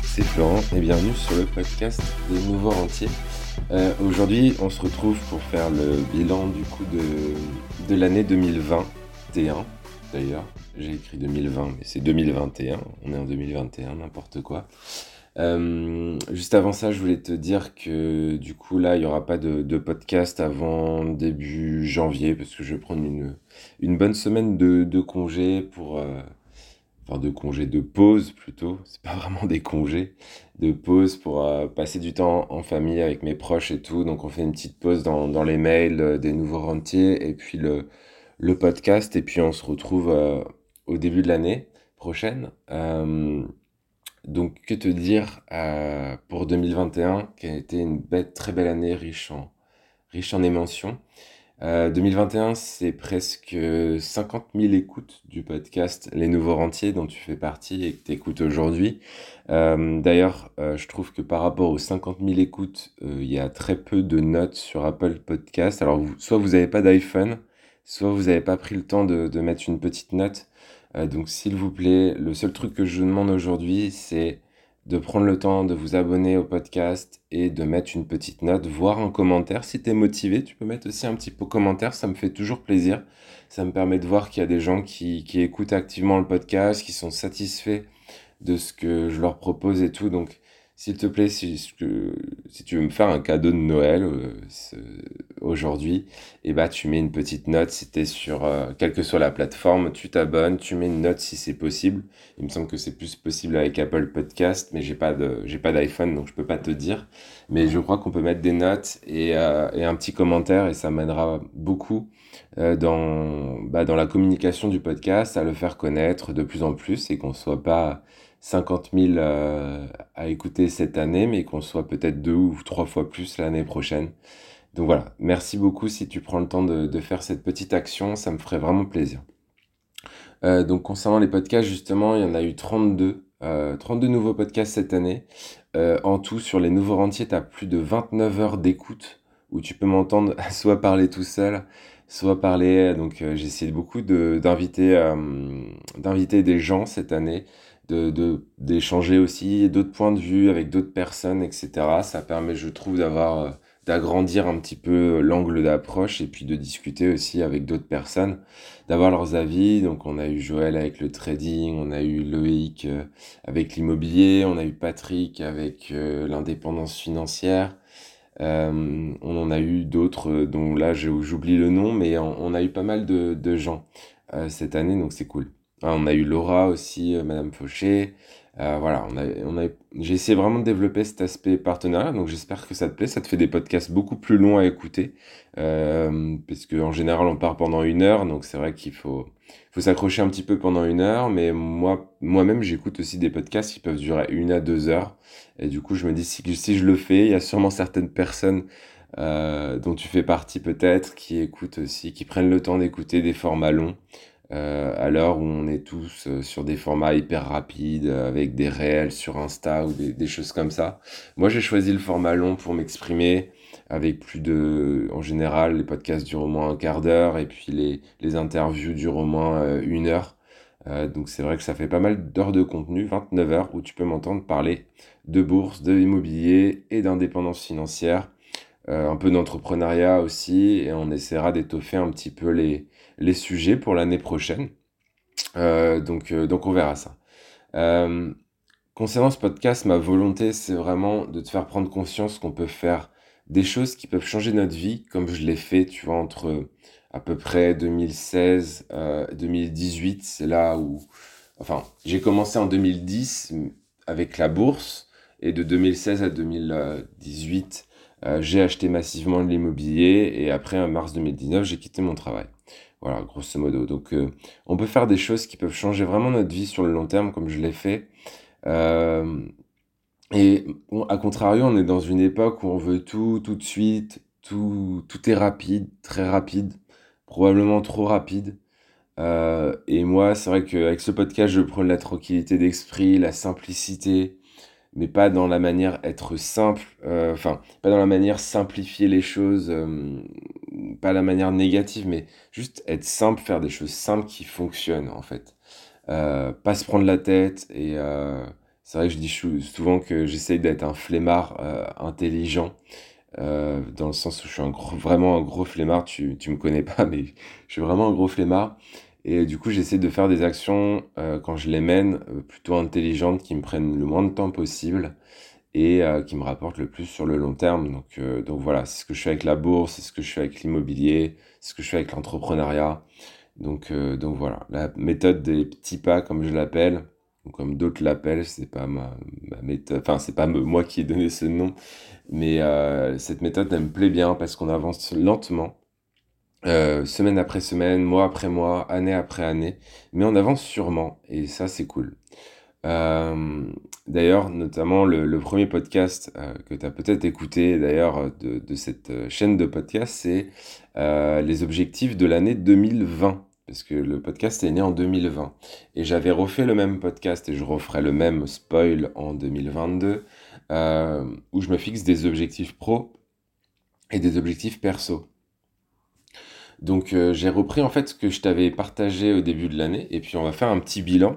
c'est Florent et bienvenue sur le podcast des Nouveaux Rentiers. Aujourd'hui, on se retrouve pour faire le bilan du coup de l'année 2021. D'ailleurs, j'ai écrit 2020, mais c'est 2021. On est en 2021, n'importe quoi. Juste avant ça, je voulais te dire que du coup là, il y aura pas de podcast avant début janvier parce que je vais prendre une bonne semaine de congé enfin de congé de pause plutôt. C'est pas vraiment des congés, de pause pour passer du temps en famille avec mes proches et tout. Donc on fait une petite pause dans les mails des nouveaux rentiers et puis le podcast et puis on se retrouve au début de l'année prochaine. Donc, que te dire pour 2021, qui a été une très belle année riche en émotions. 2021, c'est presque 50 000 écoutes du podcast Les Nouveaux Rentiers dont tu fais partie et que tu écoutes aujourd'hui. D'ailleurs, je trouve que par rapport aux 50 000 écoutes, il y a très peu de notes sur Apple Podcast. Alors, soit vous n'avez pas d'iPhone, soit vous n'avez pas pris le temps de mettre une petite note. Donc, s'il vous plaît, le seul truc que je vous demande aujourd'hui, c'est de prendre le temps de vous abonner au podcast et de mettre une petite note, voire un commentaire. Si tu es motivé, tu peux mettre aussi un petit peu commentaire, ça me fait toujours plaisir. Ça me permet de voir qu'il y a des gens qui écoutent activement le podcast, qui sont satisfaits de ce que je leur propose et tout. Donc, s'il te plaît, si tu veux me faire un cadeau de Noël aujourd'hui, et bah tu mets une petite note si t'es sur quelle que soit la plateforme, tu t'abonnes, tu mets une note si c'est possible. Il me semble que c'est plus possible avec Apple Podcast, mais j'ai pas d'iPhone donc je peux pas te dire. Mais je crois qu'on peut mettre des notes et un petit commentaire et ça m'aidera beaucoup dans la communication du podcast, à le faire connaître de plus en plus et qu'on soit pas 50 000 à écouter cette année, mais qu'on soit peut-être 2 ou 3 fois plus l'année prochaine. Donc voilà, merci beaucoup si tu prends le temps de faire cette petite action, ça me ferait vraiment plaisir. Donc concernant les podcasts, justement, il y en a eu 32 nouveaux podcasts cette année. En tout, sur les nouveaux rentiers, tu as plus de 29 heures d'écoute où tu peux m'entendre soit parler tout seul, soit parler. Donc j'ai essayé beaucoup d'inviter des gens cette année, d'échanger aussi d'autres points de vue avec d'autres personnes, etc. Ça permet, je trouve, d'agrandir un petit peu l'angle d'approche et puis de discuter aussi avec d'autres personnes, d'avoir leurs avis. Donc on a eu Joël avec le trading, on a eu Loïc avec l'immobilier, on a eu Patrick avec l'indépendance financière. On en a eu d'autres dont là j'oublie le nom, mais on a eu pas mal de gens cette année, donc c'est cool. On a eu Laura aussi, Madame Fauché. Voilà, j'ai essayé vraiment de développer cet aspect partenariat, donc j'espère que ça te plaît. Ça te fait des podcasts beaucoup plus longs à écouter, parce qu'en général on part pendant 1 heure, donc c'est vrai faut s'accrocher un petit peu pendant 1 heure, mais moi-même j'écoute aussi des podcasts qui peuvent durer 1 à 2 heures, et du coup je me dis si je le fais, il y a sûrement certaines personnes dont tu fais partie peut-être, qui écoutent aussi, qui prennent le temps d'écouter des formats longs à l'heure où on est tous sur des formats hyper rapides, avec des réels sur Insta ou des choses comme ça. Moi, j'ai choisi le format long pour m'exprimer, avec en général, les podcasts durent au moins un quart d'heure, et puis les interviews durent au moins 1 heure. Donc c'est vrai que ça fait pas mal d'heures de contenu, 29 heures, où tu peux m'entendre parler de bourse, de immobilier et d'indépendance financière, un peu d'entrepreneuriat aussi, et on essaiera d'étoffer un petit peu les sujets pour l'année prochaine. Donc on verra ça. Euh, Concernant ce podcast, ma volonté, c'est vraiment de te faire prendre conscience qu'on peut faire des choses qui peuvent changer notre vie, comme je l'ai fait, tu vois, entre à peu près 2016 2018. C'est là où... Enfin, j'ai commencé en 2010 avec la bourse, et de 2016 à 2018, j'ai acheté massivement de l'immobilier, et après, en mars 2019, j'ai quitté mon travail. Voilà, grosso modo. Donc, on peut faire des choses qui peuvent changer vraiment notre vie sur le long terme, comme je l'ai fait. Euh, et bon, à contrario, on est dans une époque où on veut tout de suite, tout est rapide, très rapide, probablement trop rapide. Et moi, c'est vrai qu'avec ce podcast, je prends la tranquillité d'esprit, la simplicité, mais pas dans la manière être simple, enfin, pas dans la manière simplifier les choses, pas la manière négative, mais juste être simple, faire des choses simples qui fonctionnent, en fait. Pas se prendre la tête et C'est vrai que je dis souvent que j'essaye d'être un flemmard intelligent, dans le sens où je suis vraiment un gros flemmard. Tu me connais pas, mais je suis vraiment un gros flemmard. Et du coup, j'essaie de faire des actions quand je les mène plutôt intelligentes, qui me prennent le moins de temps possible et qui me rapportent le plus sur le long terme. Donc voilà, c'est ce que je fais avec la bourse, c'est ce que je fais avec l'immobilier, c'est ce que je fais avec l'entrepreneuriat. Donc voilà, la méthode des petits pas, comme je l'appelle, ou comme d'autres l'appellent, c'est pas ma méthode, enfin, c'est pas moi qui ai donné ce nom, mais cette méthode, elle me plaît bien parce qu'on avance lentement, semaine après semaine, mois après mois, année après année, mais on avance sûrement, et ça, c'est cool. Euh, D'ailleurs, notamment le premier podcast que tu as peut-être écouté d'ailleurs de cette chaîne de podcast, c'est les objectifs de l'année 2020. Parce que le podcast est né en 2020. Et j'avais refait le même podcast et je referai le même spoil en 2022, où je me fixe des objectifs pro et des objectifs perso. Donc j'ai repris en fait ce que je t'avais partagé au début de l'année et puis on va faire un petit bilan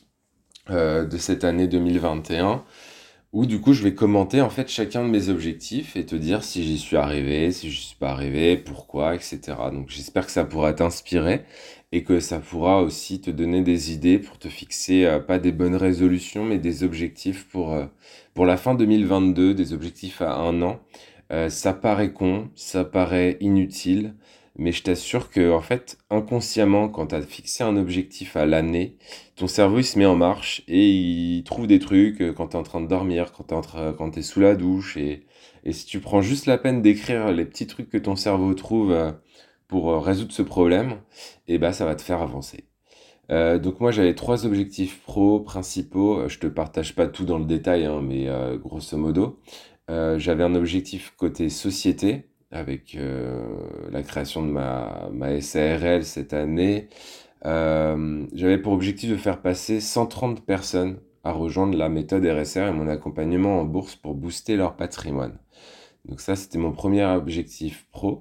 de cette année 2021 où du coup je vais commenter en fait chacun de mes objectifs et te dire si j'y suis arrivé, si je suis pas arrivé, pourquoi, etc. Donc j'espère que ça pourra t'inspirer et que ça pourra aussi te donner des idées pour te fixer pas des bonnes résolutions mais des objectifs pour la fin 2022, des objectifs à un an. Ça paraît con, ça paraît inutile, mais je t'assure que en fait inconsciemment quand tu as fixé un objectif à l'année, ton cerveau il se met en marche et il trouve des trucs quand tu es en train de dormir, quand tu es sous la douche. Et si tu prends juste la peine d'écrire les petits trucs que ton cerveau trouve pour résoudre ce problème, et bah ça va te faire avancer. Donc moi j'avais trois objectifs pro principaux. Je te partage pas tout dans le détail, hein, mais grosso modo. J'avais un objectif côté société avec la création de ma SARL cette année. J'avais pour objectif de faire passer 130 personnes à rejoindre la méthode RSR et mon accompagnement en bourse pour booster leur patrimoine. Donc ça, c'était mon premier objectif pro.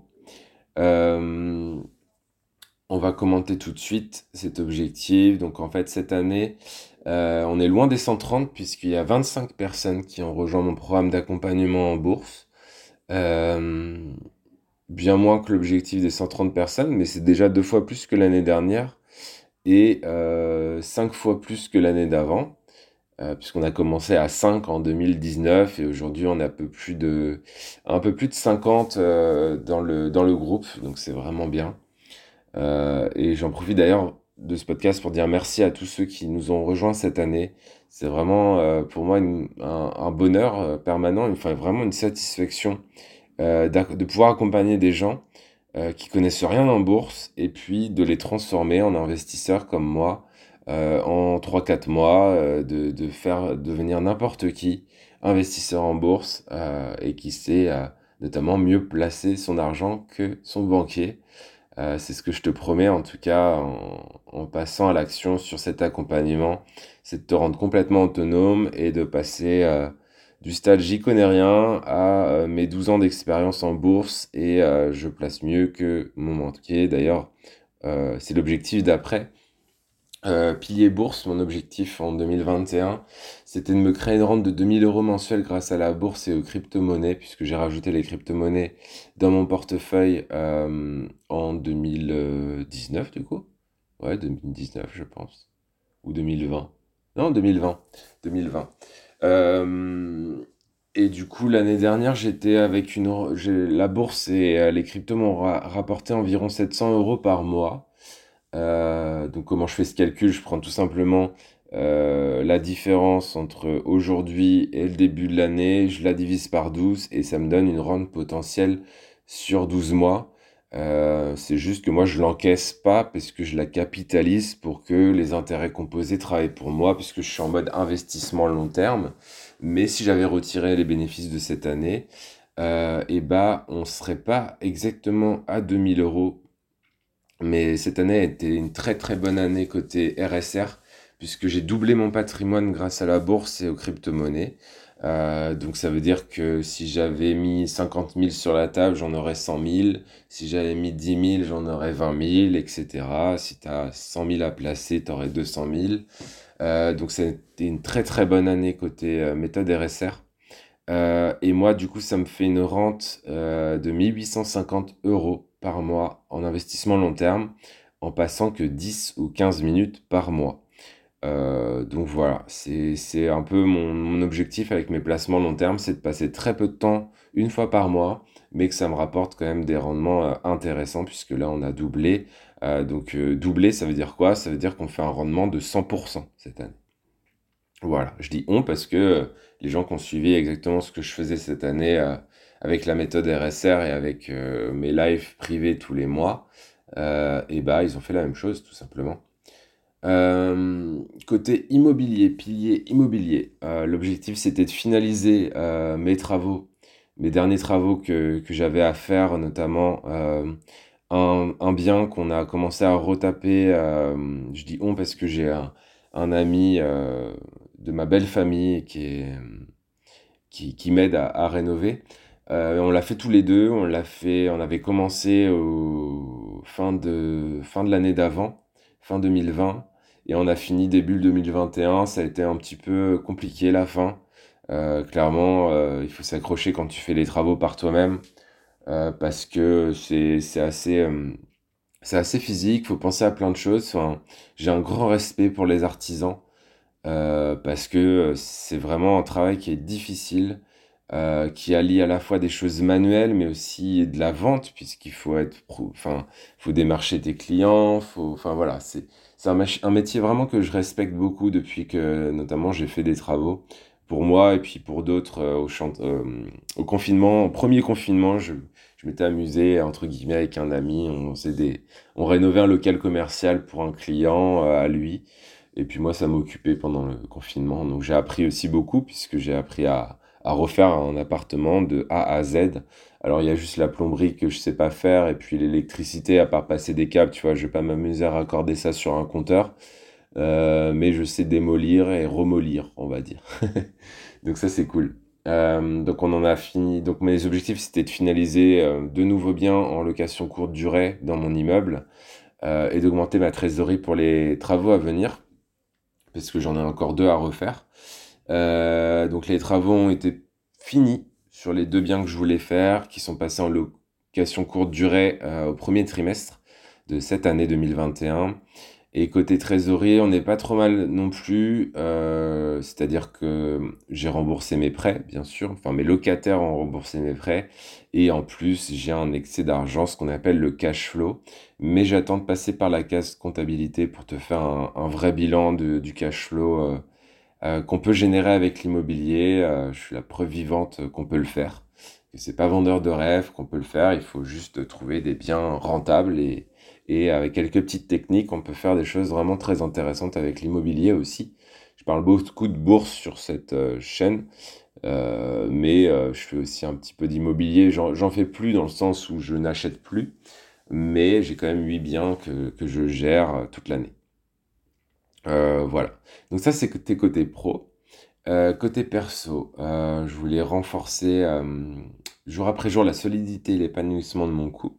Euh, on va commenter tout de suite cet objectif. Donc en fait, cette année, on est loin des 130 puisqu'il y a 25 personnes qui ont rejoint mon programme d'accompagnement en bourse. Euh, Bien moins que l'objectif des 130 personnes, mais c'est déjà 2 fois plus que l'année dernière et 5 fois plus que l'année d'avant, puisqu'on a commencé à 5 en 2019 et aujourd'hui on a un peu plus de 50 dans le groupe, donc c'est vraiment bien. Et j'en profite d'ailleurs de ce podcast pour dire merci à tous ceux qui nous ont rejoints cette année. C'est vraiment pour moi un bonheur permanent, enfin vraiment une satisfaction de pouvoir accompagner des gens qui connaissent rien en bourse et puis de les transformer en investisseurs comme moi en 3 4 mois, de faire devenir n'importe qui investisseur en bourse et qui sait notamment mieux placer son argent que son banquier. C'est ce que je te promets en tout cas en passant à l'action sur cet accompagnement, c'est de te rendre complètement autonome et de passer du stade j'y connais rien à mes 12 ans d'expérience en bourse et je place mieux que mon banquier. D'ailleurs, c'est l'objectif d'après. Pilier bourse, mon objectif en 2021, c'était de me créer une rente de 2 000 € mensuels grâce à la bourse et aux crypto-monnaies, puisque j'ai rajouté les crypto-monnaies dans mon portefeuille en 2019 du coup. Ouais, 2019 je pense. Ou 2020. Non, 2020. 2020. Euh, et du coup, l'année dernière, j'étais avec la bourse et les cryptos m'ont rapporté environ 700 € par mois. Donc comment je fais ce calcul? Je prends tout simplement la différence entre aujourd'hui et le début de l'année, je la divise par 12 et ça me donne une rente potentielle sur 12 mois. C'est juste que moi je l'encaisse pas parce que je la capitalise pour que les intérêts composés travaillent pour moi puisque je suis en mode investissement long terme. Mais si j'avais retiré les bénéfices de cette année, et bah on serait pas exactement à 2 000 €. Mais cette année a été une très très bonne année côté RSR, puisque j'ai doublé mon patrimoine grâce à la bourse et aux crypto-monnaies. Donc ça veut dire que si j'avais mis 50 000 sur la table, j'en aurais 100 000. Si j'avais mis 10 000, j'en aurais 20 000, etc. Si tu as 100 000 à placer, tu aurais 200 000. Donc c'était une très très bonne année côté méthode RSR. Et moi, du coup, ça me fait une rente de 1 850 € par mois en investissement long terme, en passant que 10 ou 15 minutes par mois. Donc voilà, c'est un peu mon objectif avec mes placements long terme, c'est de passer très peu de temps, une fois par mois, mais que ça me rapporte quand même des rendements intéressants, puisque là on a doublé. Donc doubler, ça veut dire quoi? Ça veut dire qu'on fait un rendement de 100% cette année. Voilà, je dis on parce que les gens qui ont suivi exactement ce que je faisais cette année avec la méthode RSR et avec mes lives privés tous les mois, et bah ils ont fait la même chose tout simplement. Côté immobilier, pilier immobilier, l'objectif c'était de finaliser mes travaux, mes derniers travaux que j'avais à faire, notamment un bien qu'on a commencé à retaper. Je dis on parce que j'ai un ami de ma belle famille qui m'aide à rénover. On l'a fait tous les deux, on avait commencé au fin de l'année d'avant, fin 2020, et on a fini début 2021. Ça a été un petit peu compliqué la fin. Clairement, il faut s'accrocher quand tu fais les travaux par toi-même, parce que c'est assez physique, faut penser à plein de choses. Enfin, j'ai un grand respect pour les artisans parce que c'est vraiment un travail qui est difficile, qui allie à la fois des choses manuelles, mais aussi de la vente, puisqu'il faut enfin, faut démarcher tes clients, enfin voilà, c'est un métier vraiment que je respecte beaucoup depuis que, notamment, j'ai fait des travaux pour moi et puis pour d'autres au confinement, au premier confinement, je m'étais amusé entre guillemets avec un ami, on rénovait un local commercial pour un client à lui. Et puis moi, ça m'occupait pendant le confinement. Donc j'ai appris aussi beaucoup puisque j'ai appris à refaire un appartement de A à Z. Alors il y a juste la plomberie que je sais pas faire et puis l'électricité, à part passer des câbles, tu vois, je vais pas m'amuser à raccorder ça sur un compteur. Mais je sais démolir et remolir, on va dire. Donc ça, c'est cool. Donc on en a fini. Donc mes objectifs, c'était de finaliser de nouveaux biens en location courte durée dans mon immeuble et d'augmenter ma trésorerie pour les travaux à venir parce que j'en ai encore deux à refaire. Donc les travaux ont été finis sur les deux biens que je voulais faire, qui sont passés en location courte durée au premier trimestre de cette année 2021. Et côté trésorerie, on n'est pas trop mal non plus. C'est-à-dire que j'ai remboursé mes prêts, bien sûr. Enfin, mes locataires ont remboursé mes prêts. Et en plus, j'ai un excès d'argent, ce qu'on appelle le cash flow. Mais j'attends de passer par la case comptabilité pour te faire un vrai bilan du cash flow qu'on peut générer avec l'immobilier. Je suis la preuve vivante qu'on peut le faire. Que c'est pas vendeur de rêve qu'on peut le faire. Il faut juste trouver des biens rentables et avec quelques petites techniques, on peut faire des choses vraiment très intéressantes avec l'immobilier aussi. Je parle beaucoup de bourse sur cette chaîne, mais je fais aussi un petit peu d'immobilier. J'en fais plus dans le sens où je n'achète plus, mais j'ai quand même 8 biens que je gère toute l'année. Voilà. Donc ça, c'est côté pro. Côté perso, je voulais renforcer jour après jour la solidité et l'épanouissement de mon couple.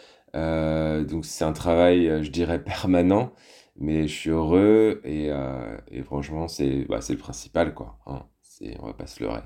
Donc c'est un travail, je dirais permanent, mais je suis heureux et franchement, c'est le principal, quoi, hein. On va pas se leurrer.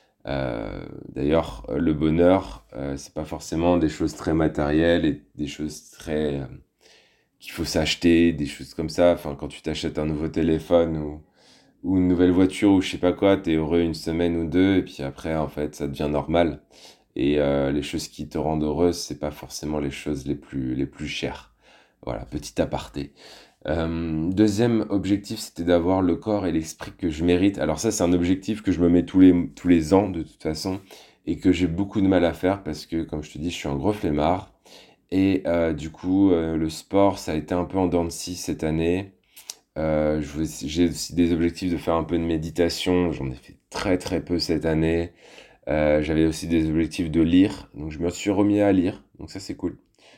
D'ailleurs, le bonheur, c'est pas forcément des choses très matérielles et des choses très qu'il faut s'acheter, des choses comme ça. Enfin, quand tu t'achètes un nouveau téléphone ou une nouvelle voiture ou je sais pas quoi, t'es heureux une semaine ou deux, et puis après, en fait, ça devient normal. Et les choses qui te rendent heureuse, c'est pas forcément les choses les plus chères. Voilà, petit aparté. Deuxième objectif, c'était d'avoir le corps et l'esprit que je mérite. Alors ça, c'est un objectif que je me mets tous les ans, de toute façon, et que j'ai beaucoup de mal à faire parce que, comme je te dis, je suis un gros flemmard. Et du coup, le sport, ça a été un peu en dents de scie cette année. J'ai aussi des objectifs de faire un peu de méditation. J'en ai fait très très peu cette année. J'avais aussi des objectifs de lire, donc je me suis remis à lire, donc ça c'est cool.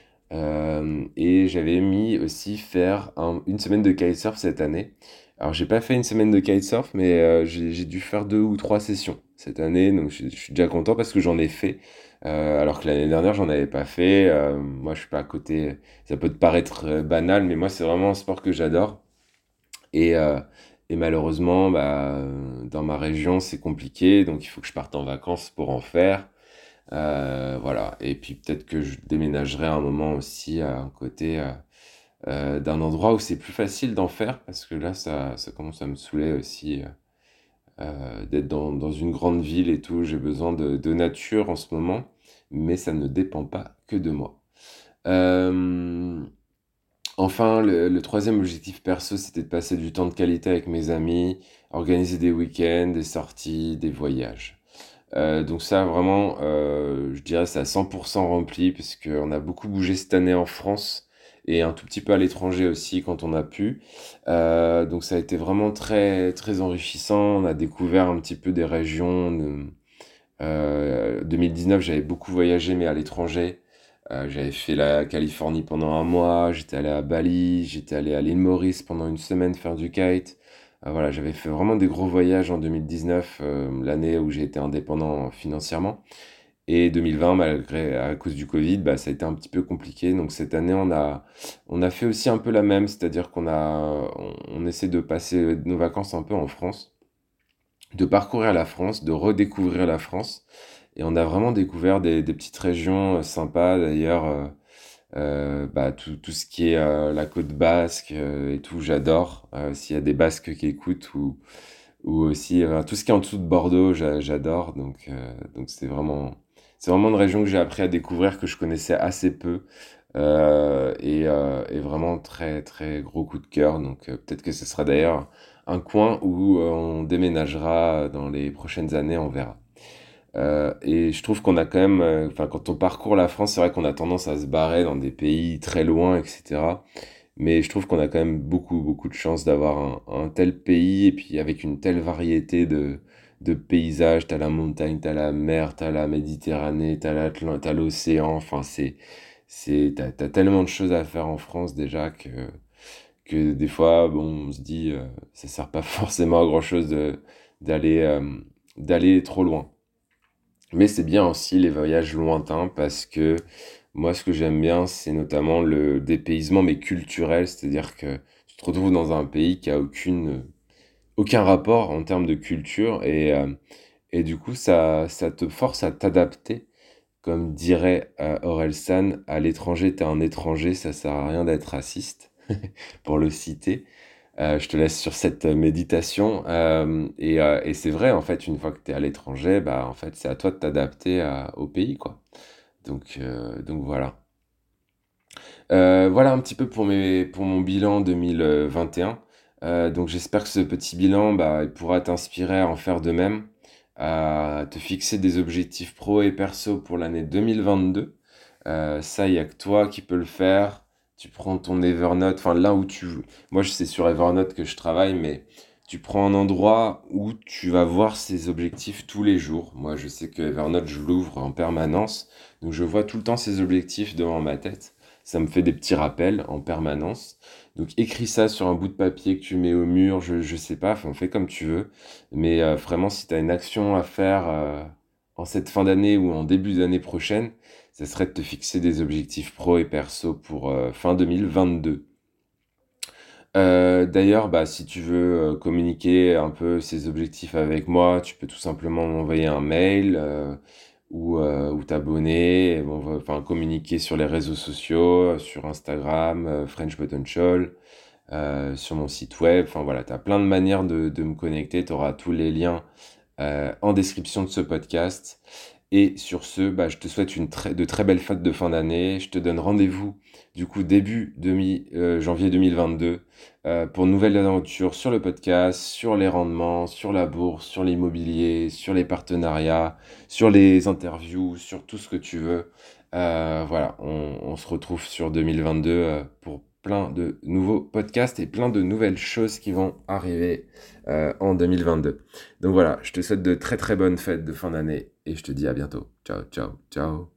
Et j'avais mis aussi faire une semaine de kitesurf cette année. Alors j'ai pas fait une semaine de kitesurf, mais j'ai dû faire 2 ou 3 sessions cette année, donc je suis déjà content parce que j'en ai fait. Alors que l'année dernière j'en avais pas fait. Moi je suis pas à côté. Ça peut te paraître banal, mais moi c'est vraiment un sport que j'adore. Et, euh, Et malheureusement, dans ma région, c'est compliqué, donc il faut que je parte en vacances pour en faire. Voilà. Et puis peut-être que je déménagerai à un moment aussi à un côté d'un endroit où c'est plus facile d'en faire, parce que là, ça commence à me saouler aussi d'être dans une grande ville et tout. J'ai besoin de nature en ce moment, mais ça ne dépend pas que de moi. Euh, Enfin, le troisième objectif perso, c'était de passer du temps de qualité avec mes amis, organiser des week-ends, des sorties, des voyages. Donc ça, vraiment, je dirais c'est à 100% rempli, puisqu'on a beaucoup bougé cette année en France et un tout petit peu à l'étranger aussi quand on a pu. Donc ça a été vraiment très, très enrichissant. On a découvert un petit peu des régions. 2019, j'avais beaucoup voyagé, mais à l'étranger. J'avais fait la Californie pendant un mois, j'étais allé à Bali, j'étais allé à l'île Maurice pendant une semaine faire du kite. Voilà, j'avais fait vraiment des gros voyages en 2019, l'année où j'ai été indépendant financièrement. Et 2020, malgré, à cause du Covid, ça a été un petit peu compliqué. Donc cette année, on a fait aussi un peu la même, c'est-à-dire on essaie de passer nos vacances un peu en France, de parcourir la France, de redécouvrir la France. Et on a vraiment découvert des petites régions sympas d'ailleurs. Tout ce qui est la côte basque et tout, j'adore. S'il y a des Basques qui écoutent ou aussi tout ce qui est en dessous de Bordeaux, j'adore. Donc c'est vraiment une région que j'ai appris à découvrir, que je connaissais assez peu. Et vraiment très très gros coup de cœur. Donc peut-être que ce sera d'ailleurs un coin où on déménagera dans les prochaines années, on verra. Et je trouve qu'on a quand même, enfin, quand on parcourt la France, c'est vrai qu'on a tendance à se barrer dans des pays très loin, etc. Mais je trouve qu'on a quand même beaucoup, beaucoup de chance d'avoir un tel pays et puis avec une telle variété de paysages. T'as la montagne, t'as la mer, t'as la Méditerranée, t'as l'océan. Enfin, t'as tellement de choses à faire en France déjà que des fois, bon, on se dit, ça sert pas forcément à grand-chose d'aller, d'aller trop loin. Mais c'est bien aussi les voyages lointains parce que moi, ce que j'aime bien, c'est notamment le dépaysement, mais culturel, c'est-à-dire que tu te retrouves dans un pays qui a aucun rapport en termes de culture et du coup, ça te force à t'adapter. Comme dirait Orelsan, à l'étranger, t'es un étranger, ça sert à rien d'être raciste, pour le citer. Je te laisse sur cette méditation. Et c'est vrai, en fait, une fois que tu es à l'étranger, en fait, c'est à toi de t'adapter au pays, quoi. Donc voilà. Voilà un petit peu pour mon bilan 2021. Donc j'espère que ce petit bilan, il pourra t'inspirer à en faire de même, à te fixer des objectifs pro et perso pour l'année 2022. Ça, il n'y a que toi qui peux le faire. Tu prends ton Evernote, enfin là où tu... Moi, c'est sur Evernote que je travaille, mais tu prends un endroit où tu vas voir ces objectifs tous les jours. Moi, je sais que Evernote, je l'ouvre en permanence, donc je vois tout le temps ces objectifs devant ma tête. Ça me fait des petits rappels en permanence. Donc écris ça sur un bout de papier que tu mets au mur, je sais pas, enfin, fais comme tu veux. Mais vraiment, si tu as une action à faire en cette fin d'année ou en début d'année prochaine, ça serait de te fixer des objectifs pro et perso pour fin 2022. D'ailleurs, si tu veux communiquer un peu ces objectifs avec moi, tu peux tout simplement m'envoyer un mail ou t'abonner, et enfin communiquer sur les réseaux sociaux, sur Instagram, French Potential, sur mon site web. Enfin voilà, tu as plein de manières de me connecter. Tu auras tous les liens en description de ce podcast. Et sur ce, je te souhaite de très belles fêtes de fin d'année. Je te donne rendez-vous du coup début janvier 2022 pour une nouvelle aventure sur le podcast, sur les rendements, sur la bourse, sur l'immobilier, sur les partenariats, sur les interviews, sur tout ce que tu veux. Voilà, on se retrouve sur 2022 pour plein de nouveaux podcasts et plein de nouvelles choses qui vont arriver en 2022. Donc voilà, je te souhaite de très très bonnes fêtes de fin d'année et je te dis à bientôt. Ciao, ciao, ciao.